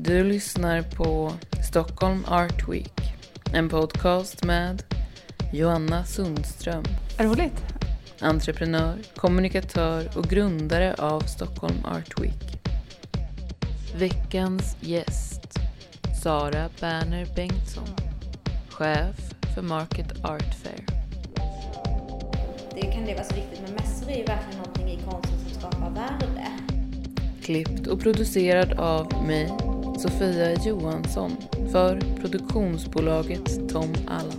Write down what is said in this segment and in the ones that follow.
Du lyssnar på Stockholm Art Week, en podcast med Joanna Sundström. Är det roligt? Entreprenör, kommunikatör och grundare av Stockholm Art Week. Veckans gäst, Sara Berner Bengtsson, chef för Market Art Fair. Kan det vara så viktigt, men mässor är ju verkligen någonting i konsten som skapar värde. Klippt och producerad av mig, Sofia Johansson, för produktionsbolaget Tom Allan.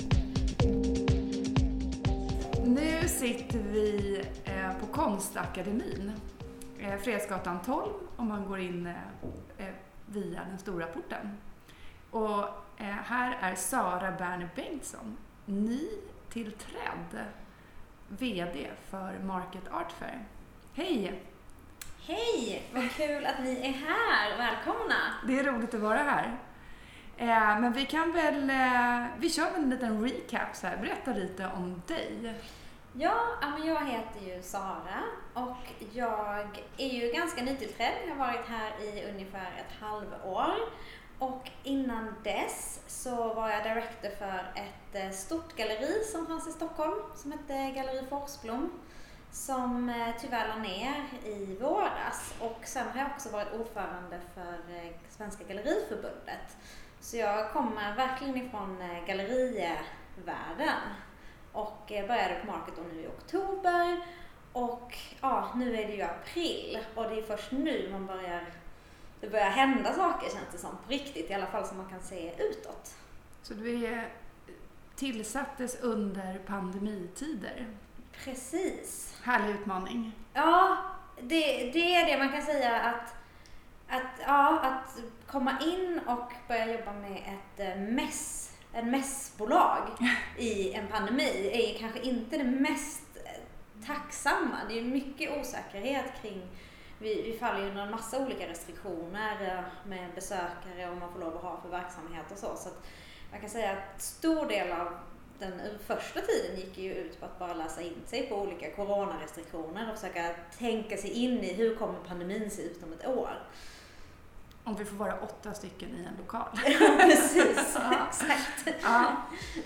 Nu sitter vi på Konstakademin, Fredsgatan 12, om man går in via den stora porten. Och här är Sara Berner Bengtsson, nytillträdd VD för Market Art Fair. Hej! Hej! Vad kul att ni är här. Välkomna! Det är roligt att vara här. Men vi kan väl, vi kör en liten recap så här. Berätta lite om dig. Ja, men jag heter ju Sara och jag är ju ganska nytillträdd. Jag har varit här i ungefär ett halvår. Och innan dess så var jag director för ett stort galleri som fanns i Stockholm som hette Galleri Forsblom, som tyvärr la ner i våras. Och sen har jag också varit ordförande för Svenska Galleriförbundet. Så jag kommer verkligen ifrån gallerivärlden och började på Market nu i oktober. Och ja, nu är det ju april och det är först nu det börjar hända saker, känns det som, på riktigt, i alla fall som man kan se utåt. Så du tillsattes under pandemitider? Precis. Härlig utmaning. Ja, det är det man kan säga, att komma in och börja jobba med ett mässbolag i en pandemi är kanske inte det mest tacksamma. Det är mycket osäkerhet kring. Vi faller ju under en massa olika restriktioner med besökare och man får lov att ha för verksamhet och så. Så att man kan säga att stor del av den första tiden gick ju ut på att bara läsa in sig på olika coronarestriktioner och försöka tänka sig in i hur kommer pandemin se ut om ett år. Om vi får vara 8 stycken i en lokal. Ja, precis. Exakt. Ja.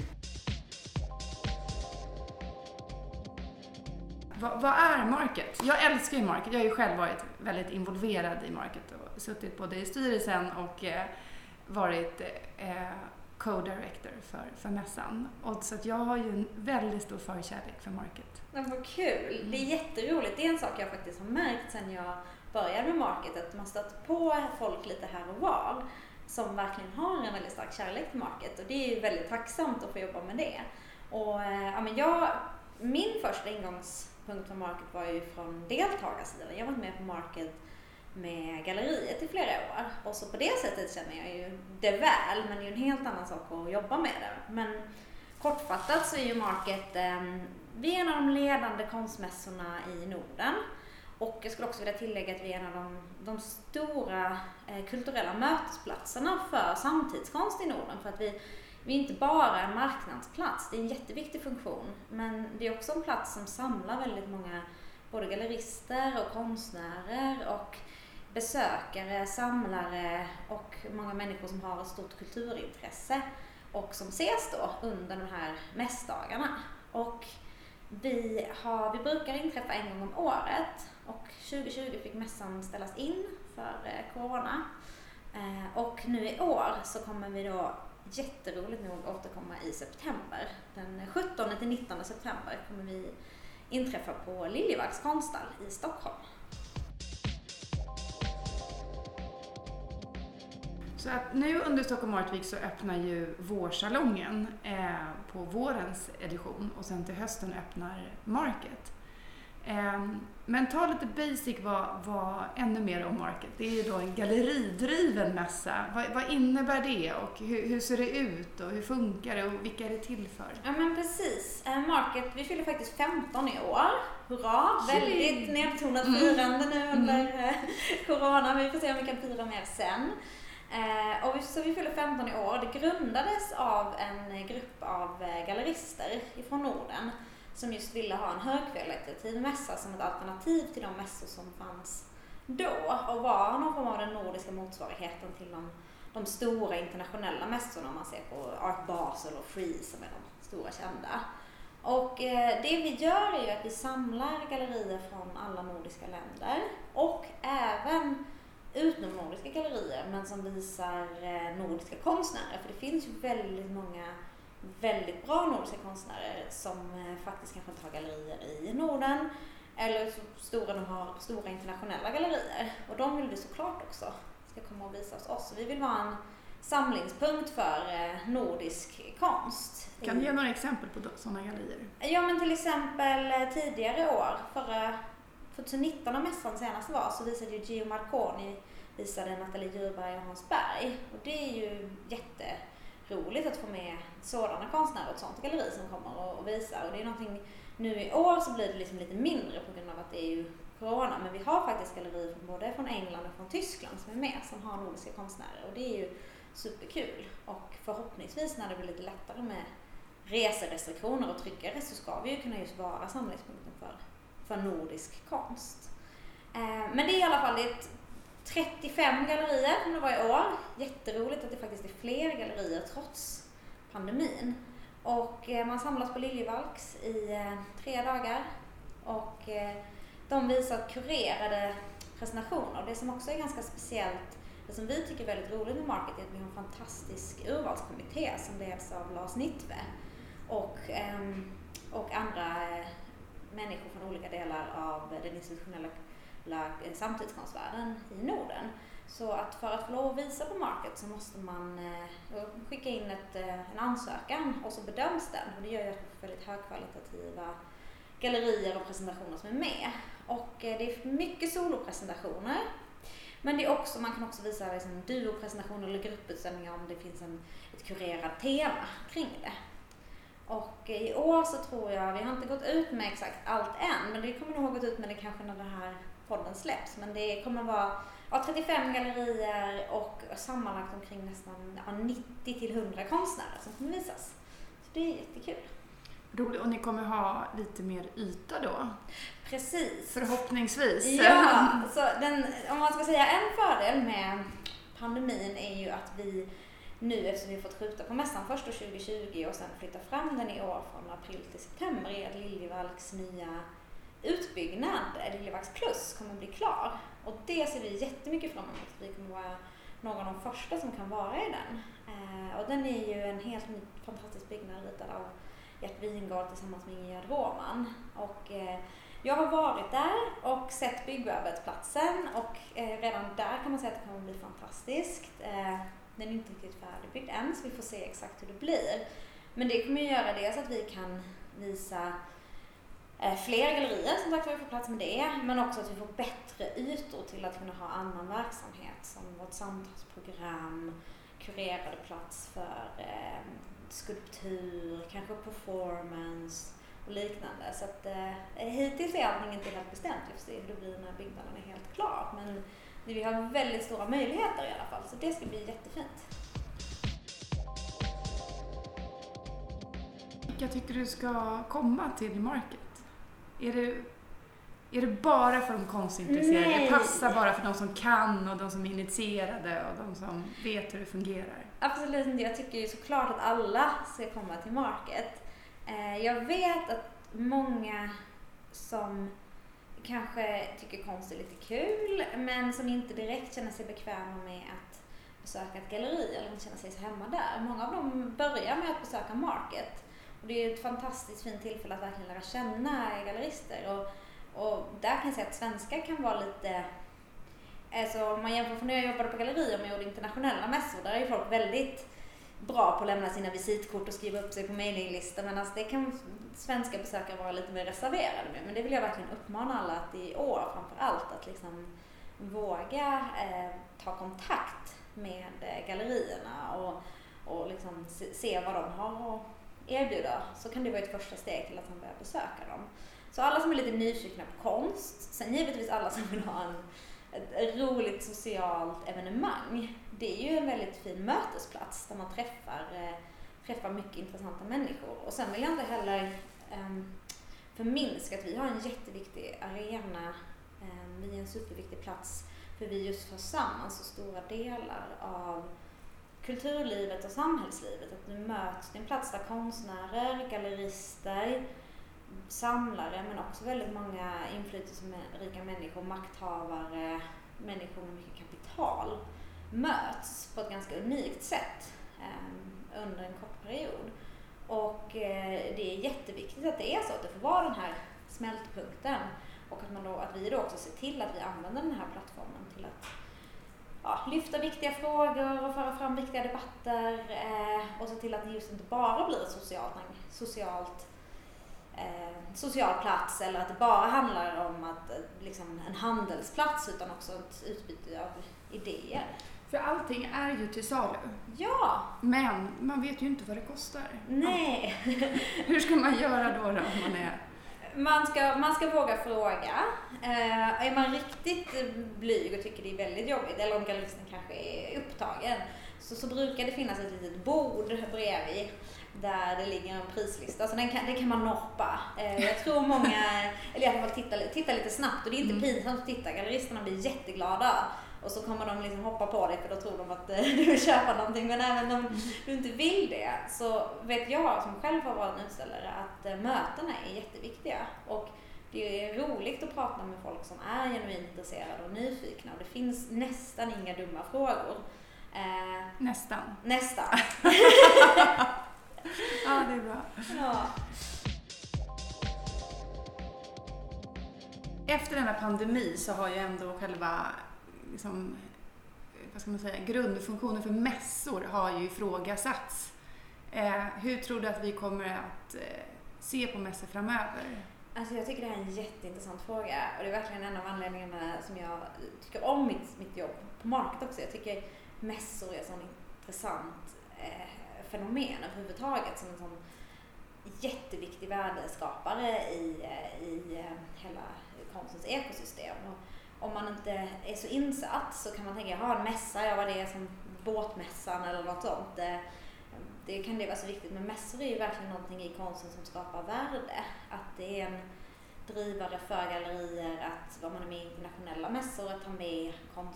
Vad är Market? Jag älskar ju Market. Jag har ju själv varit väldigt involverad i Market och suttit både i styrelsen och varit co-director för mässan. Och så att jag har ju en väldigt stor förkärlek för Market. Ja, vad kul. Det är jätteroligt. Det är en sak jag faktiskt har märkt sedan jag började med Market, att man stött på folk lite här och var som verkligen har en väldigt stark kärlek till Market. Och det är ju väldigt tacksamt att få jobba med det. Och min första ingångspunkt för Market var ju från deltagarsidan. Jag har varit med på Market med galleriet i flera år. Och så på det sättet känner jag ju det väl, men det är ju en helt annan sak att jobba med det. Men kortfattat så är ju Market, vi är en av de ledande konstmässorna i Norden. Och jag skulle också vilja tillägga att vi är en av de stora kulturella mötesplatserna för samtidskonst i Norden. För att vi är inte bara en marknadsplats, det är en jätteviktig funktion. Men det är också en plats som samlar väldigt många både gallerister och konstnärer och besökare, samlare och många människor som har ett stort kulturintresse och som ses då under de här mässdagarna. Och vi brukar inträffa en gång om året och 2020 fick mässan ställas in för corona. Och nu i år så kommer vi då jätteroligt nog återkomma i september. Den 17-19 september kommer vi inträffa på Liljevalchs konsthall i Stockholm. Så att nu under Stockholm Art Week så öppnar ju vårsalongen på vårens edition och sen till hösten öppnar Market. Men ta lite basic vad ännu mer om Market. Det är ju då en galleridriven mässa. Vad innebär det och hur ser det ut och hur funkar det och vilka är det till för? Ja men precis. Market, vi fyller faktiskt 15 i år. Hurra! Väldigt nedtonat firande nu under corona. Vi får se om vi kan fira mer sen. Så vi fyller 15 i år. Det grundades av en grupp av gallerister ifrån Norden som just ville ha en högkvalitativ mässa som ett alternativ till de mässor som fanns då och vara någon form av den nordiska motsvarigheten till de stora internationella mässorna man ser på Art Basel och Frieze som är de stora kända. Och det vi gör är ju att vi samlar gallerier från alla nordiska länder och även utomnordiska gallerier men som visar nordiska konstnärer. För det finns ju väldigt många väldigt bra nordiska konstnärer som faktiskt kanske inte har gallerier i Norden eller så stora de har stora internationella gallerier. Och de vill vi såklart också ska komma och visa hos oss. Så vi vill vara en samlingspunkt för nordisk konst. Kan du ge några exempel på sådana gallerier? Ja, men till exempel tidigare år, 2019 när mässan senast var, så visade ju Gio Marconi, visade Nathalie Djurberg och Hans Berg. Och det är ju jätteroligt att få med sådana konstnärer och ett sånt galleri som kommer och visar. Och det är någonting, nu i år så blir det liksom lite mindre på grund av att det är ju corona. Men vi har faktiskt gallerier både från England och från Tyskland som är med, som har nordiska konstnärer. Och det är ju superkul. Och förhoppningsvis när det blir lite lättare med reserestriktioner och tryckare så ska vi ju kunna just vara samlingspunkten för nordisk konst. Men det är i alla fall ett 35 gallerier som det var i år. Jätteroligt att det faktiskt är fler gallerier trots pandemin. Och man samlas på Liljevalchs i 3 dagar. Och de visar kurerade presentationer. Det som också är ganska speciellt, det som vi tycker är väldigt roligt med Market är att vi har en fantastisk urvalskommitté som leds av Lars Nittve och andra människor från olika delar av den institutionella samtidskonstvärlden i Norden. Så att för att få lov att visa på Market så måste man skicka in en ansökan och så bedöms den. Och det gör ju att vi får väldigt högkvalitativa gallerier och presentationer som är med. Och det är mycket solopresentationer. Men det är också, man kan också visa liksom duopresentationer eller grupputställningar om det finns ett kurerat tema kring det. Och i år så tror jag, vi har inte gått ut med exakt allt än, men det kommer nog ha gått ut med det kanske när den här podden släpps. Men det kommer vara 35 gallerier och sammanlagt omkring nästan 90-100 konstnärer som kommer visas. Så det är jättekul. Roligt, och ni kommer ha lite mer yta då? Precis. Förhoppningsvis. Ja, så om man ska säga en fördel med pandemin är ju att vi nu, eftersom vi har fått skjuta på mässan först 2020 och sen flytta fram den i år från april till september, är att Liljevalchs nya utbyggnad, Liljevalchs Plus, kommer bli klar. Och det ser vi jättemycket fram emot. Vi kommer vara någon av de första som kan vara i den. Och den är ju en helt ny, fantastisk byggnad ritad av Gert Wingård tillsammans med Ingegerd Råman. Och jag har varit där och sett byggarbetsplatsen och redan där kan man säga att det kommer bli fantastiskt. Den är inte riktigt färdigbyggd än så vi får se exakt hur det blir. Men det kommer ju göra det så att vi kan visa fler gallerier som sagt vi får plats med det. Men också att vi får bättre ytor till att kunna ha annan verksamhet som vårt samtalsprogram, kurerade plats för skulptur, kanske performance och liknande. Så att hittills är allting inte helt bestämt. Vi får se hur det blir när byggnaden är helt klar. Men vi har väldigt stora möjligheter i alla fall. Så det ska bli jättefint. Jag tycker du ska komma till Market. Är det bara för de konstintresserade? Nej. Det passar bara för de som kan och de som är initierade och de som vet hur det fungerar? Absolut inte. Jag tycker ju såklart att alla ska komma till Market. Jag vet att många som kanske tycker konst är lite kul men som inte direkt känner sig bekväma med att besöka ett galleri eller inte känner sig så hemma där. Många av dem börjar med att besöka Market. Och det är ett fantastiskt fint tillfälle att verkligen lära känna gallerister. Och där kan jag säga att svenskar kan vara lite... Alltså om man jämför från när jag jobbade på gallerier med internationella mässor, där är ju folk väldigt bra på att lämna sina visitkort och skriva upp sig på mailinglistor. Men alltså det kan svenska besökare vara lite mer reserverade med. Men det vill jag verkligen uppmana alla att i år framför allt att liksom våga ta kontakt med gallerierna och liksom se vad de har att erbjuda. Så kan det vara ett första steg till att man börjar besöka dem. Så alla som är lite nyfikna på konst, sen givetvis alla som vill ha ett roligt socialt evenemang. Det är ju en väldigt fin mötesplats där man träffar mycket intressanta människor. Och sen vill jag inte heller förminska att vi har en jätteviktig arena. Vi är en superviktig plats för vi just för samman så stora delar av kulturlivet och samhällslivet. Att nu möts det en plats där konstnärer, gallerister, samlare men också väldigt många inflytelserika människor, makthavare, människor med mycket kapital möts på ett ganska unikt sätt under en kort period. Och det är jätteviktigt att det är så, att det får vara den här smältpunkten och att vi då också ser till att vi använder den här plattformen till att lyfta viktiga frågor och föra fram viktiga debatter och se till att det just inte bara blir ett social plats eller att det bara handlar om att liksom en handelsplats utan också ett utbyte av idéer. För allting är ju till salu. Ja. Men man vet ju inte vad det kostar. Nej. Hur ska man göra då om man är... Man ska våga fråga. Är man riktigt blyg och tycker det är väldigt jobbigt eller om galleristen kanske är upptagen så brukar det finnas ett litet bord bredvid där det ligger en prislista. Så det kan man norpa. Jag tror många, eller i alla fall titta lite snabbt och det är inte pinsamt att titta. Galleristerna blir jätteglada. Och så kommer de liksom hoppa på dig för då tror de att du vill köpa någonting. Men även om du inte vill det så vet jag som själv har varit en utställare att mötena är jätteviktiga. Och det är roligt att prata med folk som är genuint intresserade och nyfikna. Och det finns nästan inga dumma frågor. Nästan. Ja, det är bra. Ja. Efter denna pandemi så har ju ändå själva liksom, vad ska man säga, grundfunktionen för mässor har ju ifrågasatts. Hur tror du att vi kommer att se på mässor framöver? Alltså jag tycker det här är en jätteintressant fråga och det är verkligen en av anledningarna som jag tycker om mitt jobb på Market också. Jag tycker mässor är ett sånt intressant fenomen överhuvudtaget som en sån jätteviktig värdeskapare i hela konstens ekosystem. Och om man inte är så insatt så kan man tänka, en mässa, vad det är som båtmässan eller något sånt. Det kan det vara så viktigt, men mässor är ju verkligen någonting i konsten som skapar värde. Att det är en drivare för gallerier, att om man är med i internationella mässor, att ta med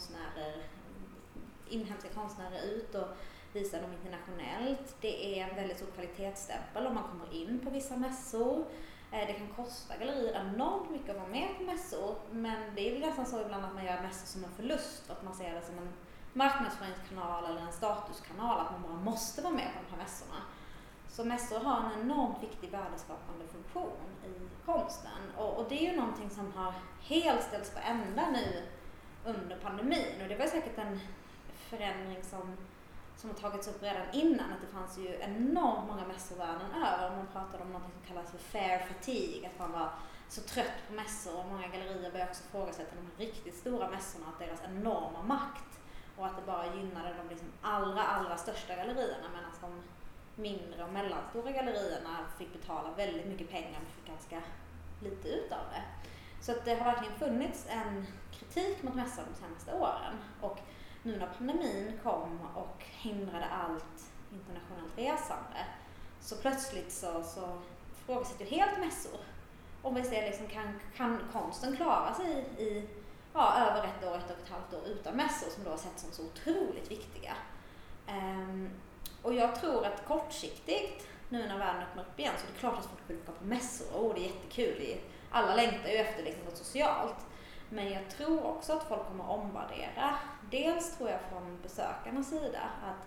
inhemska konstnärer ut och visa dem internationellt. Det är en väldigt stor kvalitetsstämpel om man kommer in på vissa mässor. Det kan kosta gallerier enormt mycket att vara med på mässor, men det är väl nästan så ibland att man gör mässor som en förlust för att man ser det som en marknadsföringskanal eller en statuskanal, att man bara måste vara med på de här mässorna. Så mässor har en enormt viktig värdeskapande funktion i konsten och det är ju någonting som har helt ställts på ända nu under pandemin och det var säkert en förändring som har tagits upp redan innan, att det fanns ju enormt många mässor världen över. Man pratade om något som kallas för fair fatigue, att man var så trött på mässor och många gallerier började också ifrågasätta de här riktigt stora mässorna, att deras enorma makt och att det bara gynnade de liksom allra största gallerierna medan de mindre och mellanstora gallerierna fick betala väldigt mycket pengar men fick ganska lite ut av det. Så att det har verkligen funnits en kritik mot mässor de senaste åren och nu när pandemin kom och hindrade allt internationellt resande så plötsligt så frågasätter ju helt mässor. Om vi ser liksom, kan konsten klara sig i över ett och ett halvt år utan mässor som då har sett som så otroligt viktiga. Och jag tror att kortsiktigt, nu när världen öppnar upp igen, så är det klart att folk vill åka på mässor. Det är jättekul. Alla längtar ju efter liksom något socialt. Men jag tror också att folk kommer omvärdera. Dels tror jag från besökarnas sida att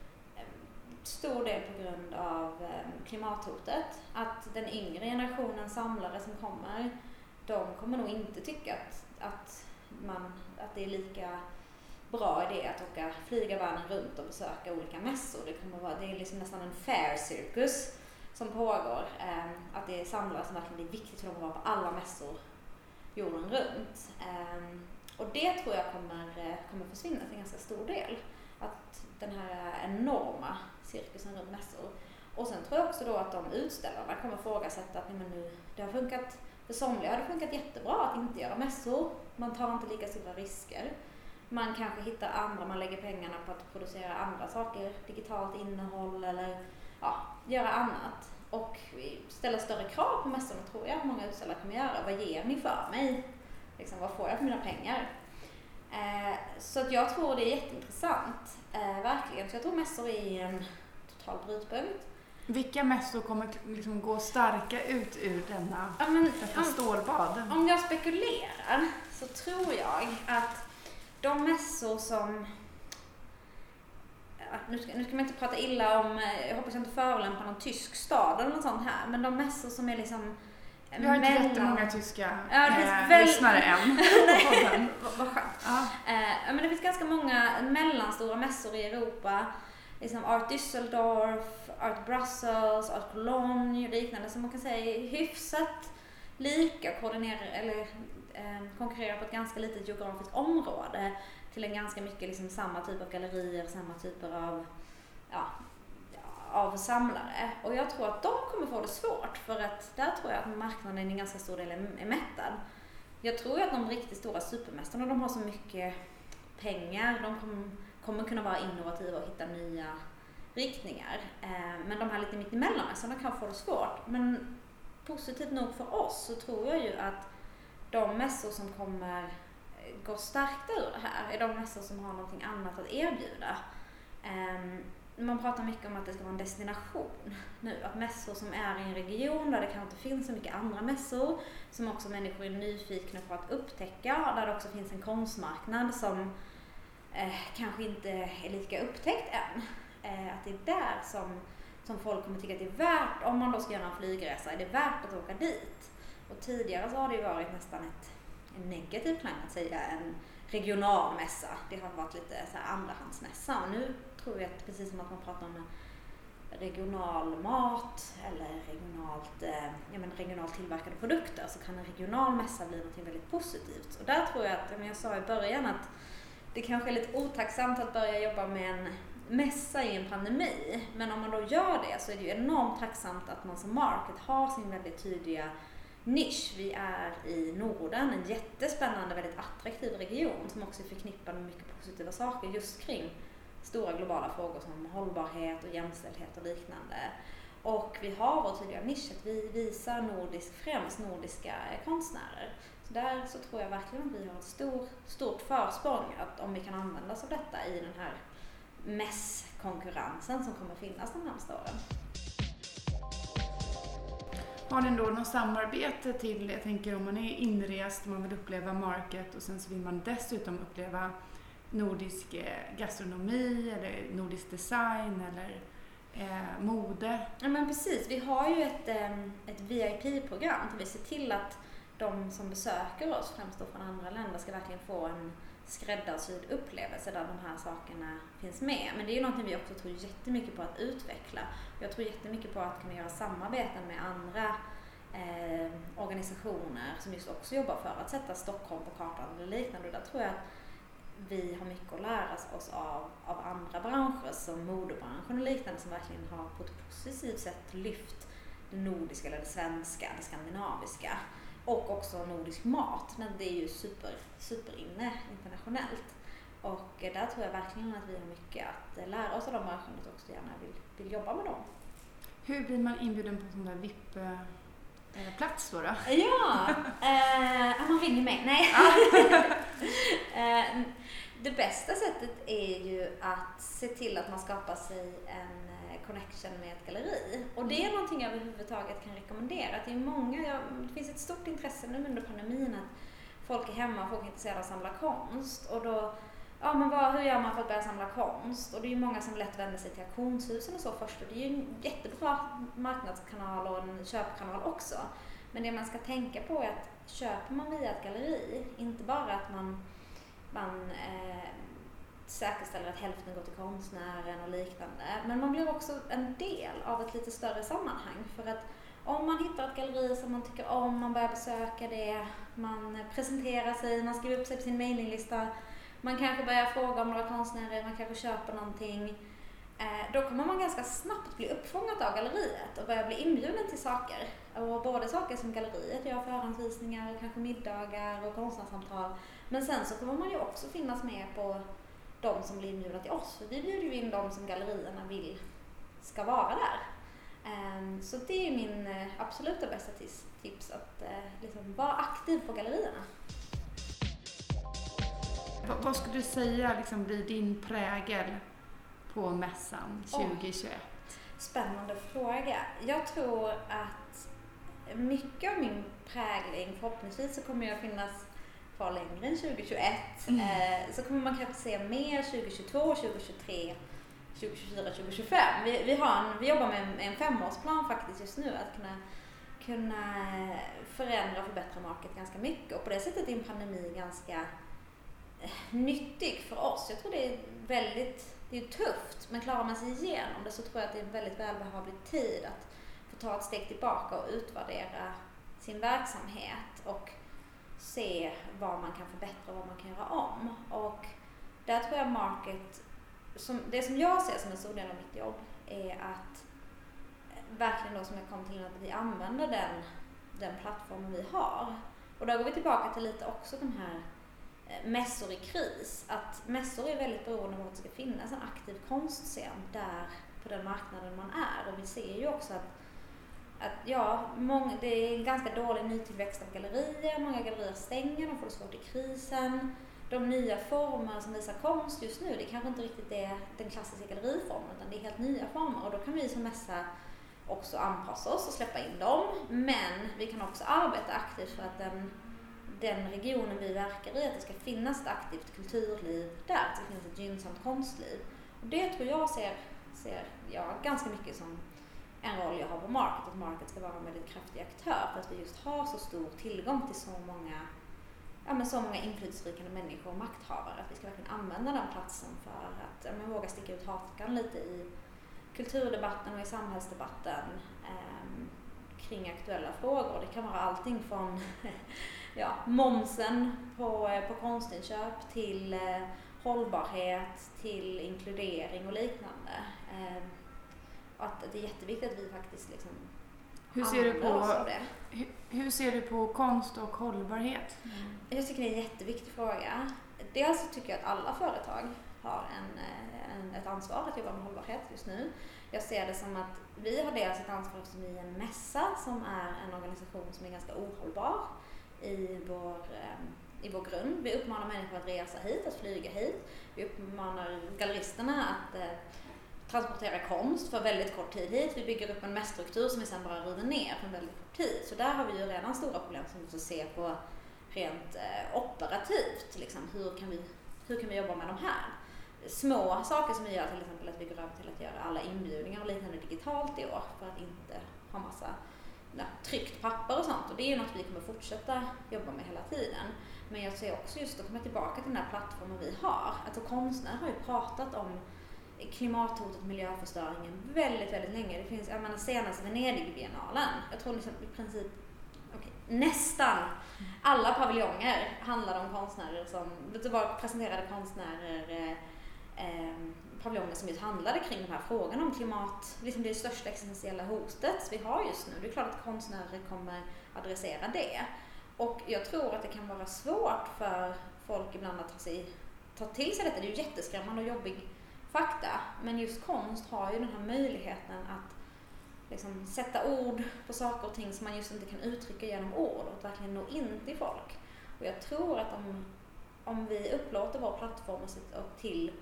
stor del på grund av klimathotet, att den yngre generationen samlare som kommer, de kommer nog inte tycka att det är lika bra idé att flyga världen runt och besöka olika mässor. Det är liksom nästan en fair cirkus som pågår. Att det är samlare som verkligen är viktigt för dem att vara på alla mässor jorden runt. Och det tror jag kommer försvinna till en ganska stor del. Att den här enorma cirkusen runt mässor. Och sen tror jag också då att de utställarna kommer ifrågasätta att det har funkat, för somliga har det funkat jättebra att inte göra mässor. Man tar inte lika stora risker. Man kanske hittar andra, man lägger pengarna på att producera andra saker, digitalt innehåll eller göra annat. Och ställa större krav på mässorna tror jag att många utställare kommer göra. Vad ger ni för mig? liksom, vad får jag för mina pengar? Så att jag tror det är jätteintressant, verkligen. Så jag tror mässor är en total brytpunkt. Vilka mässor kommer liksom gå starka ut ur detta stålbad? Om jag spekulerar så tror jag att de mässor som... Nu ska man inte prata illa om... Jag hoppas jag inte förolämpar någon tysk stad eller något sånt här. Men de mässor som är liksom... Vi har inte jättemånga tyska lyssnare än. Vad skönt. Ja. Men det finns ganska många mellanstora mässor i Europa. Liksom Art Düsseldorf, Art Brussels, Art Cologne och liknande. Så man kan säga hyfsat lika konkurrerar på ett ganska litet geografiskt område till en ganska mycket liksom samma typ av gallerier, samma typer av samlare. Och jag tror att de kommer få det svårt, för att där tror jag att marknaden i en ganska stor del är mättad. Jag tror att de riktigt stora supermästarna, de har så mycket pengar, de kommer kunna vara innovativa och hitta nya riktningar. Men de här lite mitt emellan mästarna kan få det svårt. Men positivt nog för oss så tror jag ju att de mässor som kommer gå stärkta ur det här är de mässor som har någonting annat att erbjuda. Man pratar mycket om att det ska vara en destination nu. Att mässor som är i en region där det kanske inte finns så mycket andra mässor, som också människor är nyfikna på att upptäcka, där det också finns en konstmarknad som kanske inte är lika upptäckt än. Att det är där som folk kommer tycka att det är värt, om man då ska göra en flygresa, är det värt att åka dit. Och tidigare så har det ju varit nästan en negativ klang att säga en regional mässa. Det har varit lite så här andrahandsmässa. Och nu tror jag att precis som att man pratar om regional mat eller regionalt tillverkade produkter, så kan en regional mässa bli något väldigt positivt. Och där tror jag att, jag sa i början att det kanske är lite otacksamt att börja jobba med en mässa i en pandemi. Men om man då gör det så är det ju enormt tacksamt att man som market har sin väldigt tydliga nisch. Vi är i Norden, en jättespännande, väldigt attraktiv region som också är förknippad med mycket positiva saker just kring stora globala frågor som hållbarhet och jämställdhet och liknande. Och vi har vår tydliga nisch att vi visar främst nordiska konstnärer. Så där så tror jag verkligen att vi har ett stort försprång, att om vi kan använda oss av detta i den här mässkonkurrensen som kommer finnas de närmaste åren. Har ni då något samarbete till, jag tänker om man är inrest och man vill uppleva market och sen så vill man dessutom uppleva nordisk gastronomi eller nordisk design eller mode? Ja men precis, vi har ju ett VIP-program där vi ser till att de som besöker oss, främst då från andra länder, ska verkligen få en skräddarsydd upplevelse där de här sakerna finns med. Men det är ju någonting vi också tror jättemycket på att utveckla. Jag tror jättemycket på att kunna göra samarbeten med andra organisationer som just också jobbar för att sätta Stockholm på kartan eller liknande. Och där tror jag att vi har mycket att lära oss av andra branscher som modebranschen och liknande, som verkligen har på ett positivt sätt lyft det nordiska eller det svenska, det skandinaviska. Och också nordisk mat, men det är ju super inne internationellt. Och där tror jag verkligen att vi har mycket att lära oss av de branscherna och också gärna vill jobba med dem. Hur blir man inbjuden på sån där VIP-plats då? Ja, man ringer mig. Nej. Det bästa sättet är ju att se till att man skapar sig en connection med ett galleri. Och det är någonting jag överhuvudtaget kan rekommendera. Att det finns ett stort intresse nu under pandemin att folk är hemma och folk är intresserade av att samla konst. Och då, hur gör man för att börja samla konst? Och det är ju många som lätt vänder sig till auktionshusen och så först. Och det är ju en jättebra marknadskanal och en köpkanal också. Men det man ska tänka på är att köper man via ett galleri, inte bara att man säkerställer att hälften går till konstnären och liknande. Men man blir också en del av ett lite större sammanhang. För att om man hittar ett galleri som man tycker om, man börjar besöka det, man presenterar sig, man skriver upp sig på sin mailinglista, man kanske börjar fråga om några konstnärer, man kanske köper någonting. Då kommer man ganska snabbt bli uppfångat av galleriet och börja bli inbjuden till saker. Och både saker som galleriet gör, förhandsvisningar, kanske middagar och konstnärssamtal. Men sen så kommer man ju också finnas med på de som blir inbjudna till oss. För vi bjuder ju in de som gallerierna vill ska vara där. Så det är min absoluta bästa tips, att liksom vara aktiv på gallerierna. vad skulle du säga liksom, blir din prägel på mässan 2021? Spännande fråga. Jag tror att mycket av min prägling, förhoppningsvis så kommer jag finnas kvar längre än 2021. Så kommer man kanske se mer 2022, 2023, 2024, 2025. Vi jobbar med en 5-årsplan faktiskt just nu att kunna förändra och förbättra market ganska mycket. Och på det sättet är en pandemi ganska nyttig för oss. Jag tror det är tufft, men klarar man sig igenom det så tror jag att det är en väldigt välbehövlig tid att få ta ett steg tillbaka och utvärdera sin verksamhet och se vad man kan förbättra och vad man kan göra om. Och där tror jag market, det som jag ser som en stor del av mitt jobb är att verkligen då som jag kom till att vi använder den plattformen vi har. Och då går vi tillbaka till lite också de här mässor i kris. Att mässor är väldigt beroende av att det ska finnas en aktiv konstscen där på den marknaden man är. Och vi ser ju också att det är en ganska dålig nytillväxt av gallerier. Många gallerier stänger, de får det svårt i krisen. De nya former som visar konst just nu, det kanske inte riktigt är den klassiska galleriformen utan det är helt nya former. Och då kan vi som mässa också anpassa oss och släppa in dem. Men vi kan också arbeta aktivt för att den regionen vi verkar i, att det ska finnas ett aktivt kulturliv där, att det finns ett gynnsamt konstliv. Och det tror jag ser ganska mycket som en roll jag har på market, att market ska vara en väldigt kraftig aktör för att vi just har så stor tillgång till så många inflytelserika människor och makthavare, att vi ska verkligen använda den platsen för att våga sticka ut hakan lite i kulturdebatten och i samhällsdebatten kring aktuella frågor. Det kan vara allting från momsen på konstinköp till hållbarhet till inkludering och liknande. Och att det är jätteviktigt att vi faktiskt liksom använder oss av det. Hur ser du på konst och hållbarhet? Jag tycker det är en jätteviktig fråga. Dels tycker jag att alla företag har ett ansvar att jobba med hållbarhet just nu. Jag ser det som att vi har dels ett ansvar eftersom vi är en mässa som är en organisation som är ganska ohållbar i vår grund. Vi uppmanar människor att resa hit, att flyga hit. Vi uppmanar galleristerna att transportera konst för väldigt kort tid hit. Vi bygger upp en mässstruktur som vi sedan bara river ner för en väldigt kort tid. Så där har vi ju redan stora problem som vi måste se på rent operativt. Liksom, hur kan vi jobba med de här? Små saker som vi gör, till exempel att vi går över till att göra alla inbjudningar och liknande digitalt i år för att inte ha massa tryckt papper och sånt. Och det är ju något vi kommer fortsätta jobba med hela tiden. Men jag ser också just att komma tillbaka till den här plattformen vi har. Alltså konstnärer har ju pratat om klimathotet och miljöförstöringen väldigt, väldigt länge. Det finns, senast Venedig-biennalen. Jag tror liksom i princip nästan alla paviljonger handlade om konstnärer det var presenterade konstnärer paviljonger som just handlade kring de här frågorna om klimat, liksom det största existentiella hotet vi har just nu. Det är klart att konstnärer kommer adressera det. Och jag tror att det kan vara svårt för folk ibland att ta till sig detta. Det är ju jätteskrämmande och jobbig fakta. Men just konst har ju den här möjligheten att liksom sätta ord på saker och ting som man just inte kan uttrycka genom ord och verkligen nå in till folk. Och jag tror att om vi upplåter vår plattform och till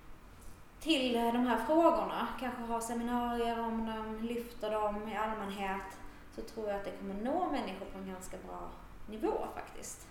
de här frågorna, kanske ha seminarier om dem, lyfta dem i allmänhet, så tror jag att det kommer nå människor på en ganska bra nivå faktiskt.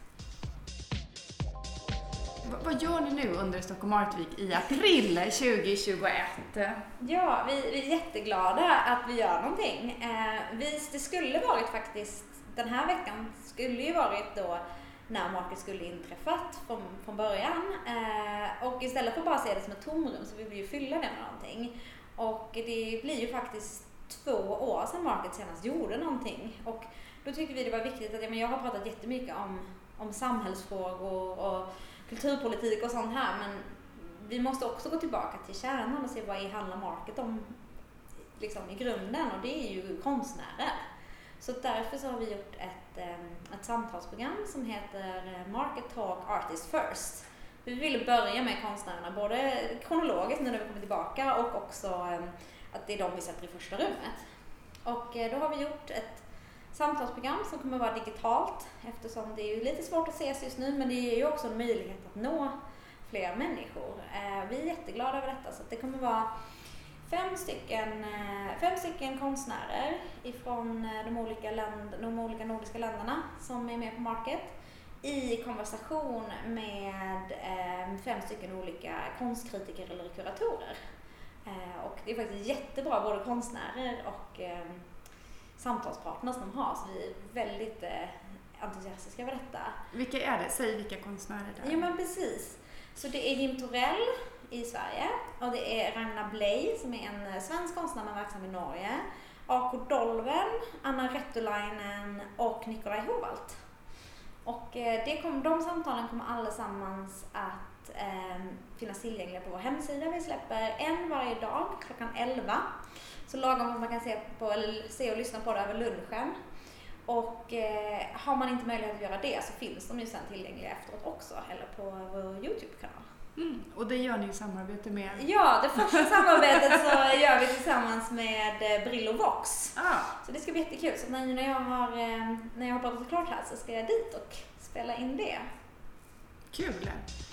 Vad gör ni nu under Stockholm Art Week i april 2021? Ja, vi är jätteglada att vi gör någonting. Det skulle varit faktiskt, den här veckan skulle ju varit då när market skulle inträffat från början. Och istället för att bara se det som ett tomrum så vill vi ju fylla det med någonting. Och det blir ju faktiskt 2 år sedan market senast gjorde någonting. Och då tyckte vi det var viktigt att jag har pratat jättemycket om samhällsfrågor och kulturpolitik och sånt här, men vi måste också gå tillbaka till kärnan och se vad handlar market om liksom i grunden, och det är ju konstnärer. Så därför så har vi gjort ett samtalsprogram som heter Market Talk Artist First. Vi ville börja med konstnärerna, både kronologiskt nu när vi kommer tillbaka och också att det är de vi sätter i första rummet. Och då har vi gjort ett samtalsprogram som kommer vara digitalt, eftersom det är ju lite svårt att ses just nu, men det är ju också en möjlighet att nå fler människor. Vi är jätteglada över detta, så att det kommer vara 5 stycken konstnärer ifrån de olika nordiska länderna som är med på Market i konversation med 5 stycken olika konstkritiker eller kuratorer. Och det är faktiskt jättebra, både konstnärer och samtalspartners de har, så vi är väldigt entusiastiska över detta. Vilka är det? Säg vilka konstnärer det är. Ja, men precis. Så det är Jim Torell i Sverige, och det är Ragnar Bley som är en svensk konstnär men verksam i Norge, Ako Dolven, Anna Rettulainen och Nikolaj Hovalt. Och de samtalen kommer allesammans att finnas tillgängliga på vår hemsida. Vi släpper en varje dag klockan 11. Så lagom att man kan se och lyssna på det över lunchen. Och har man inte möjlighet att göra det så finns de ju sen tillgängliga efteråt också, eller på vår YouTube-kanal. Och det gör ni i samarbete med? Ja, det första samarbetet så gör vi tillsammans med Brillo Vox. Så det ska bli jättekul. Så när jag har pratat klart här så ska jag dit och spela in det. Kul!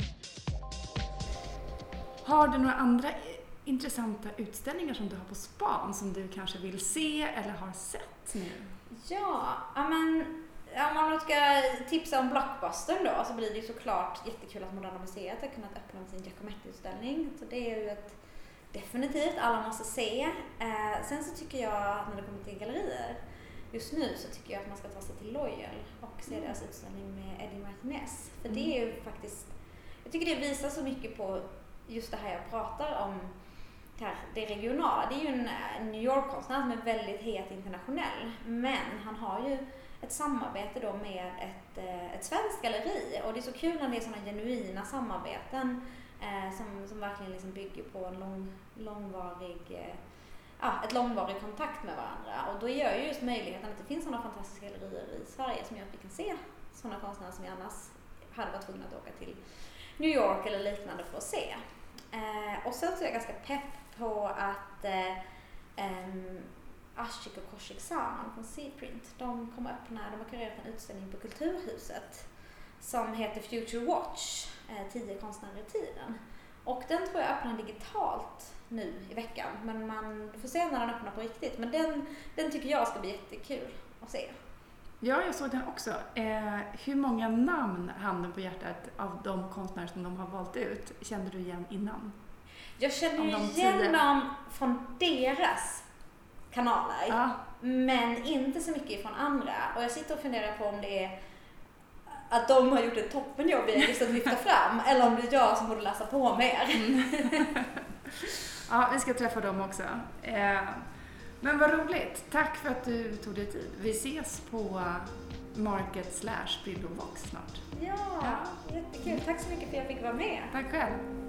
Har du några andra intressanta utställningar som du har på span som du kanske vill se eller har sett nu? Ja, men om man ska tipsa om Blockbuster då, så blir det ju såklart jättekul att Moderna Museet har kunnat öppna sin Giacometti-utställning. Så det är ju definitivt alla måste se. Sen så tycker jag att när det kommer till gallerier just nu så tycker jag att man ska ta sig till Loyal och se deras utställning med Eddie Martinez. För det är ju faktiskt, jag tycker det visar så mycket på just det här jag pratar om, det regionala. Det är ju en New York-konstnär som är väldigt het internationell, men han har ju ett samarbete då med ett svenskt galleri, och det är så kul när det är sådana genuina samarbeten som verkligen liksom bygger på en långvarig kontakt med varandra. Och då gör ju just möjligheten att det finns sådana fantastiska gallerier i Sverige som gör att vi kan se sådana konstnärer som vi annars hade varit tvungna att åka till New York eller liknande för att se. Och sen så är jag ganska pepp på att Ashik och Koshik Saman från Seaprint, de har kurerat en utställning på Kulturhuset som heter Future Watch, 10 konstnärer i tiden. Och den tror jag öppnar digitalt nu i veckan, men man får se när den öppnar på riktigt. Men den tycker jag ska bli jättekul att se. Ja, jag såg den också. Hur många namn, handen på hjärtat, av de konstnärer som de har valt ut kände du igen innan? Jag känner igen dem från deras kanaler, men inte så mycket från andra. Och jag sitter och funderar på om det är att de har gjort ett toppenjobb i just att lyfta fram, eller om det är jag som borde läsa på mer. Ja, vi ska träffa dem också. Men vad roligt. Tack för att du tog dig tid. Vi ses på Market /Brillo Vox snart. Ja, jättekul. Tack så mycket för att jag fick vara med. Tack själv.